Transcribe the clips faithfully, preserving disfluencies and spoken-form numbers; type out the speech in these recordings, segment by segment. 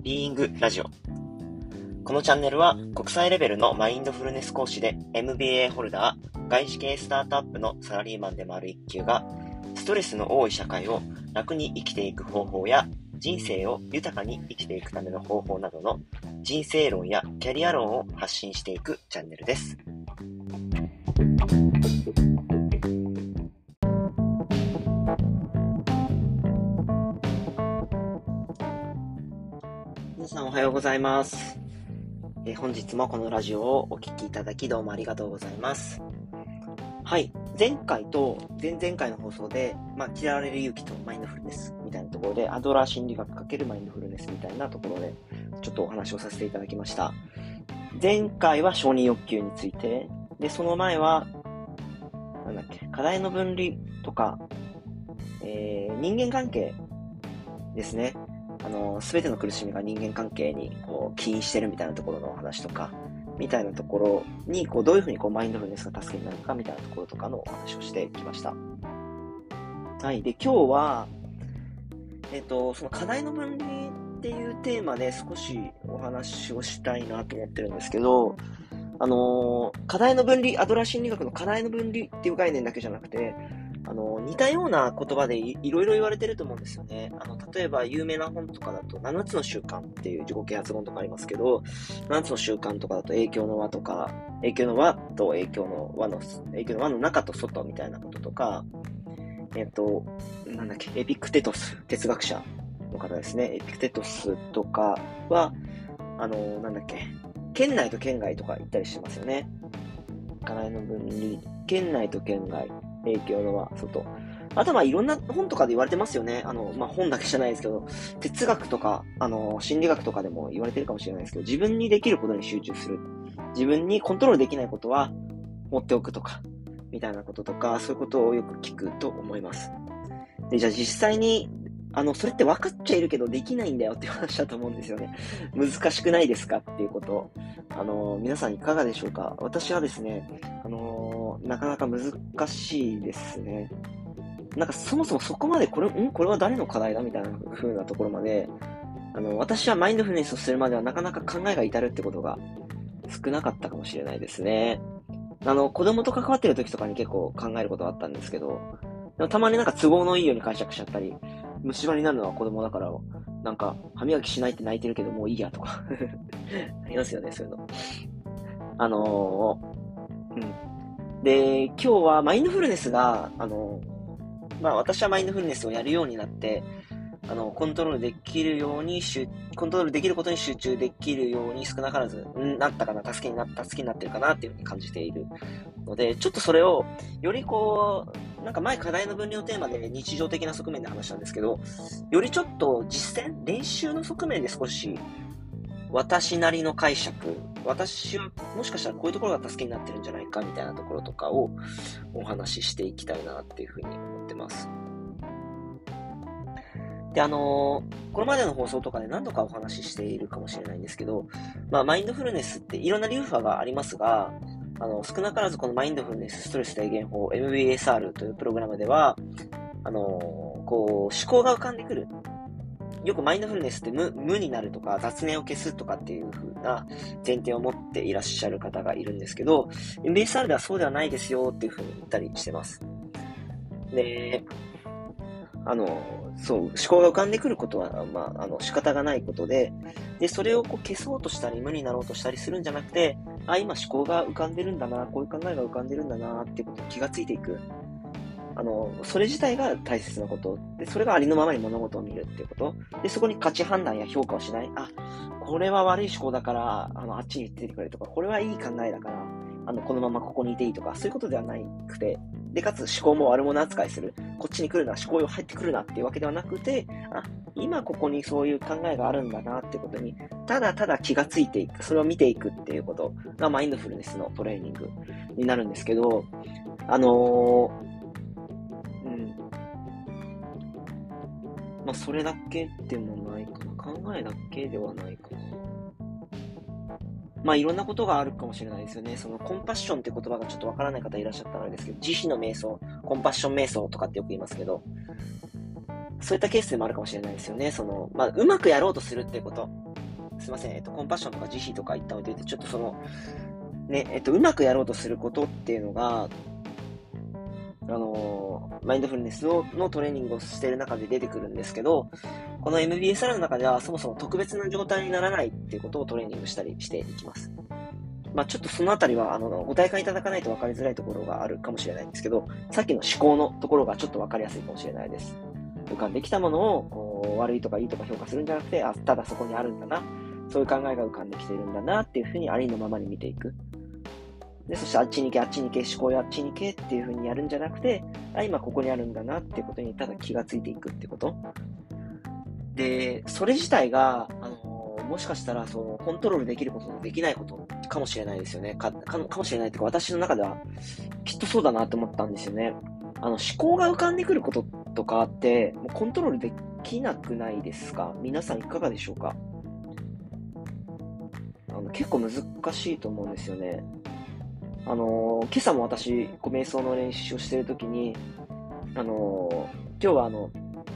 ビーイングラジオ。このチャンネルは国際レベルのマインドフルネス講師で エムビーエー ホルダー、外資系スタートアップのサラリーマンでもある一級が、ストレスの多い社会を楽に生きていく方法や人生を豊かに生きていくための方法などの人生論やキャリア論を発信していくチャンネルです。皆さんおはようございます。えー、本日もこのラジオをお聞きいただきどうもありがとうございます。はい。前回と前々回の放送で、まあ、嫌われる勇気とマインドフルネスみたいなところで、アドラー心理学×マインドフルネスみたいなところで、ちょっとお話をさせていただきました。前回は承認欲求について、で、その前は、なんだっけ、課題の分離とか、えー、人間関係ですね。あの、すべての苦しみが人間関係にこう起因してるみたいなところのお話とか、みたいなところに、こう、どういうふうにこう、マインドフルネスが助けになるかみたいなところとかのお話をしてきました。はい。で、今日は、えっと、その課題の分離っていうテーマで少しお話をしたいなと思ってるんですけど、あのー、課題の分離、アドラー心理学の課題の分離っていう概念だけじゃなくて、あの、似たような言葉で い, いろいろ言われてると思うんですよね。あの、例えば有名な本とかだと、ななつの習慣っていう自己啓発本とかありますけど、ななつの習慣とかだと影響の輪とか、影響の輪と影響の輪の、影響の輪の中と外みたいなこととか、えっと、なんだっけ、エピクテトス、哲学者の方ですね。エピクテトスとかは、あの、なんだっけ、県内と県外とか言ったりしてますよね。課題の分離、県内と県外、影響の輪、外。あとはまあいろんな本とかで言われてますよね。あの、まあ本だけじゃないですけど、哲学とか、あの、心理学とかでも言われてるかもしれないですけど、自分にできることに集中する。自分にコントロールできないことは放っておくとか、みたいなこととか、そういうことをよく聞くと思います。で、じゃあ実際に、あの、それって分かっちゃいるけどできないんだよっていう話だと思うんですよね。難しくないですかっていうこと。あの、皆さんいかがでしょうか？私はですね、あの、なかなか難しいですね。なんかそもそもそこまでこれ、んこれは誰の課題だみたいな風なところまで、あの、私はマインドフルネスをするまではなかなか考えが至るってことが少なかったかもしれないですね。あの、子供と関わってる時とかに結構考えることがあったんですけど、でもたまになんか都合のいいように解釈しちゃったり、虫歯になるのは子供だから、なんか歯磨きしないって泣いてるけどもういいやとかありますよね、そういうの。あのー、うん。で、今日はマインドフルネスが、あのー、まあ私はマインドフルネスをやるようになって、あの、コントロールできるように、コントロールできることに集中できるように少なからず、んなったかな、助けになった、助けになってるかなっていうふうに感じているので、ちょっとそれを、よりこう、なんか前課題の分離のテーマで日常的な側面で話したんですけど、よりちょっと実践、練習の側面で少し、私なりの解釈、私はもしかしたらこういうところが助けになってるんじゃないかみたいなところとかをお話ししていきたいなっていうふうに思ってます。で、あのー、これまでの放送とかで何度かお話ししているかもしれないんですけど、まあ、マインドフルネスっていろんな流派がありますが、あの、少なからずこのマインドフルネスストレス低減法 エムビーエスアール というプログラムでは、あのー、こう、思考が浮かんでくる。よくマインドフルネスって 無, 無になるとか雑念を消すとかっていう風な前提を持っていらっしゃる方がいるんですけど、エムビーエスアール ではそうではないですよっていう風に言ったりしてます。で、あの、そう、思考が浮かんでくることは、まあ、あの、仕方がないことで、で、それをこう消そうとしたり、無になろうとしたりするんじゃなくて、あ、今思考が浮かんでるんだな、こういう考えが浮かんでるんだな、っていうことに気がついていく。あの、それ自体が大切なこと。で、それがありのままに物事を見るっていうこと。で、そこに価値判断や評価をしない。あ、これは悪い思考だから、あの、あっちに行っててくれとか、これはいい考えだから、あの、このままここにいていいとか、そういうことではなくて、で、かつ思考も悪者扱いする。こっちに来るな、思考よ入ってくるなっていうわけではなくて、あ、今ここにそういう考えがあるんだなってことに、ただただ気がついていく、それを見ていくっていうことがマインドフルネスのトレーニングになるんですけど、あのー、うん。まあ、それだけでもないかな。考えだけではないかな。まあいろんなことがあるかもしれないですよね。そのコンパッションって言葉がちょっとわからない方いらっしゃったらあれですけど、慈悲の瞑想、コンパッション瞑想とかってよく言いますけど、そういったケースでもあるかもしれないですよね。その、まあうまくやろうとするっていうこと。 すいません、えっと、コンパッションとか慈悲とか一旦置いてて、ちょっとその、ね、えっと、うまくやろうとすることっていうのが、あのー、マインドフルネスののトレーニングをしている中で出てくるんですけど、この エムビーエスアール の中ではそもそも特別な状態にならないっていうことをトレーニングしたりしていきます。まあちょっとそのあたりは、あの、ご体感いただかないと分かりづらいところがあるかもしれないんですけど、さっきの思考のところがちょっと分かりやすいかもしれないです。浮かんできたものを、こう、悪いとかいいとか評価するんじゃなくて、あ、ただそこにあるんだな。そういう考えが浮かんできているんだなっていうふうにありのままに見ていく。で、そしてあっちに行け、あっちに行け、思考やあっちに行けっていう風にやるんじゃなくて、あ、今ここにあるんだなっていうことにただ気がついていくってこと。で、それ自体が、あの、もしかしたら、その、コントロールできることとできないことかもしれないですよね。か、か、かもしれないっていうか、私の中では、きっとそうだなと思ったんですよね。あの、思考が浮かんでくることとかって、もうコントロールできなくないですか？皆さんいかがでしょうか？あの、結構難しいと思うんですよね。あのー、今朝も私、こう瞑想の練習をしているときに、あのー、今日はあの、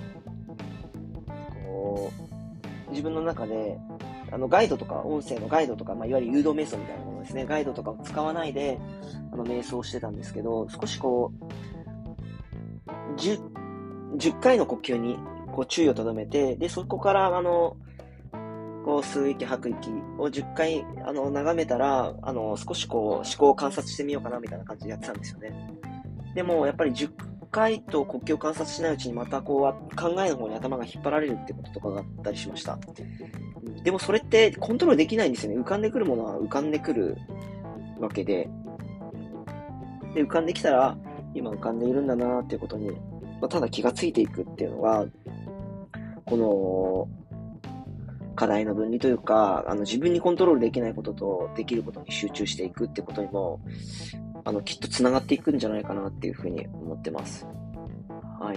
こう、自分の中で、あの、ガイドとか、音声のガイドとか、まあ、いわゆる誘導瞑想みたいなものですね。ガイドとかを使わないで、あの、瞑想をしてたんですけど、少しこう、じゅう、じゅっかいの呼吸に、こう、注意をとどめて、で、そこから、あの、こう、吸う息、吐く息をじゅっかい、あの、眺めたら、あの、少しこう、思考を観察してみようかな、みたいな感じでやってたんですよね。でも、やっぱりじゅっかいと呼吸を観察しないうちに、またこう、考えの方に頭が引っ張られるってこととかがあったりしました。でも、それってコントロールできないんですよね。浮かんでくるものは浮かんでくるわけで、で、浮かんできたら、今浮かんでいるんだなっていうことに、まあ、ただ気がついていくっていうのが、この、課題の分離というか、あの自分にコントロールできないこととできることに集中していくってことにも、あのきっとつながっていくんじゃないかなっていうふうに思ってます。はい。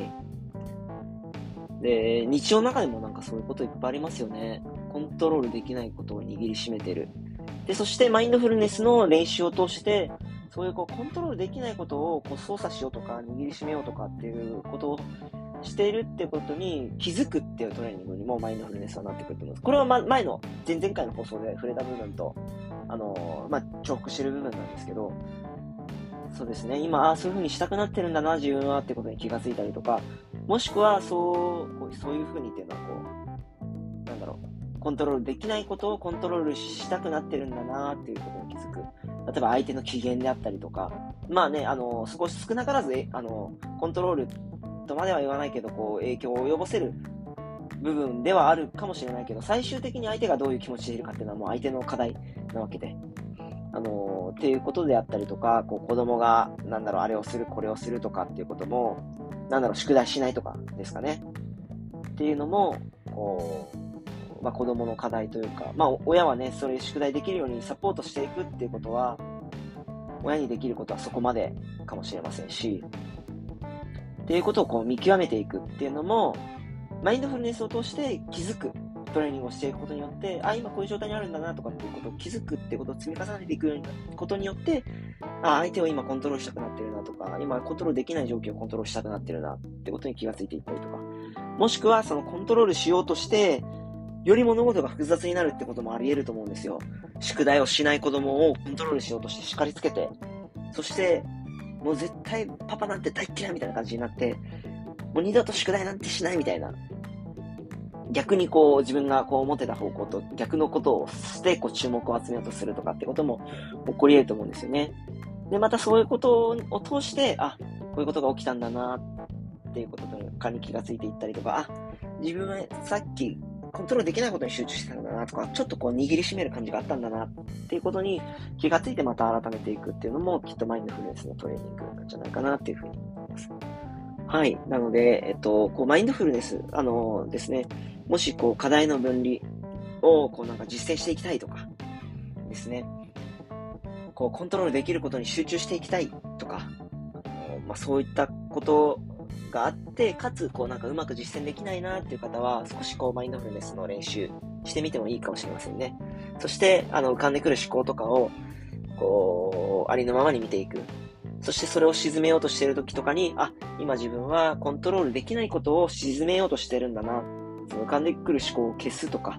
で、日常の中でもなんかそういうこといっぱいありますよね。コントロールできないことを握りしめてる。で、そしてマインドフルネスの練習を通して、そういうこうコントロールできないことをこう操作しようとか握りしめようとかっていうことをしているってことに気づくっていうトレーニングにもマインドフルネスはなってくると思います。これは、ま、前の前々回の放送で触れた部分と、あのー、まあ、重複してる部分なんですけど、そうですね、今、あそういう風にしたくなってるんだな、自分はってことに気がついたりとか、もしくは、そう、こうそういう風にっていうのは、こう、なんだろう、コントロールできないことをコントロールしたくなってるんだなっていうことに気づく。例えば相手の機嫌であったりとか、まあね、あの、少し少なからず、あの、コントロールとまでは言わないけど、こう、影響を及ぼせる部分ではあるかもしれないけど、最終的に相手がどういう気持ちでいるかっていうのはもう相手の課題なわけで、あのー、っていうことであったりとか、こう、子供が、なんだろう、あれをする、これをするとかっていうことも、なんだろう、宿題しないとかですかね。っていうのも、こう、まあ、子供の課題というか、まあ、親はね、それ宿題できるようにサポートしていくっていうことは、親にできることはそこまでかもしれませんし、っていうことをこう見極めていくっていうのも、マインドフルネスを通して気づくトレーニングをしていくことによって、あ、今こういう状態にあるんだなとかっていうことを気づくっていうことを積み重ねていくことによって、あ、相手を今コントロールしたくなってるなとか、今コントロールできない状況をコントロールしたくなってるなってことに気がついていったりとか、もしくはそのコントロールしようとして、より物事が複雑になるってこともあり得ると思うんですよ。宿題をしない子供をコントロールしようとして叱りつけて、そして、もう絶対パパなんて大嫌いみたいな感じになって、もう二度と宿題なんてしないみたいな。逆にこう自分がこう思ってた方向と逆のことをしてこう注目を集めようとするとかってことも起こり得ると思うんですよね。で、またそういうことを通して、あ、こういうことが起きたんだなっていうこととかに気がついていったりとか、あ、自分はさっきコントロールできないことに集中してたんだなとか、ちょっとこう握りしめる感じがあったんだなっていうことに気がついてまた改めていくっていうのもきっとマインドフルネスのトレーニングなんじゃないかなっていうふうに思います。はい。なので、えっと、こうマインドフルネス、あのですね、もしこう課題の分離をこうなんか実践していきたいとかですね、こうコントロールできることに集中していきたいとか、まあ、そういったことがあって、かつこうなんかうまく実践できないなっていう方は、少しこうマインドフルネスの練習してみてもいいかもしれませんね。そしてあの浮かんでくる思考とかをこうありのままに見ていく。そしてそれを沈めようとしている時とかに、あ、今自分はコントロールできないことを沈めようとしてるんだな。その浮かんでくる思考を消すとか、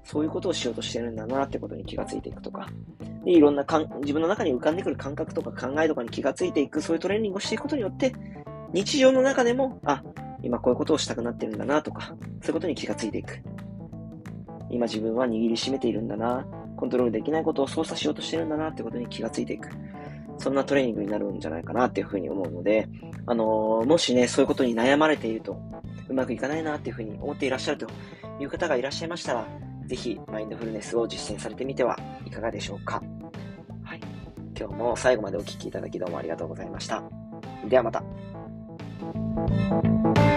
そういうことをしようとしてるんだなってことに気がついていくとか、で、いろんなかん自分の中に浮かんでくる感覚とか考えとかに気がついていく、そういうトレーニングをしていくことによって、日常の中でも、あ、今こういうことをしたくなってるんだなとか、そういうことに気がついていく。今自分は握りしめているんだな、コントロールできないことを操作しようとしてるんだなってことに気がついていく。そんなトレーニングになるんじゃないかなっていうふうに思うので、あのー、もしね、そういうことに悩まれていると、うまくいかないなっていうふうに思っていらっしゃるという方がいらっしゃいましたら、ぜひマインドフルネスを実践されてみてはいかがでしょうか。はい。今日も最後までお聞きいただきどうもありがとうございました。ではまた。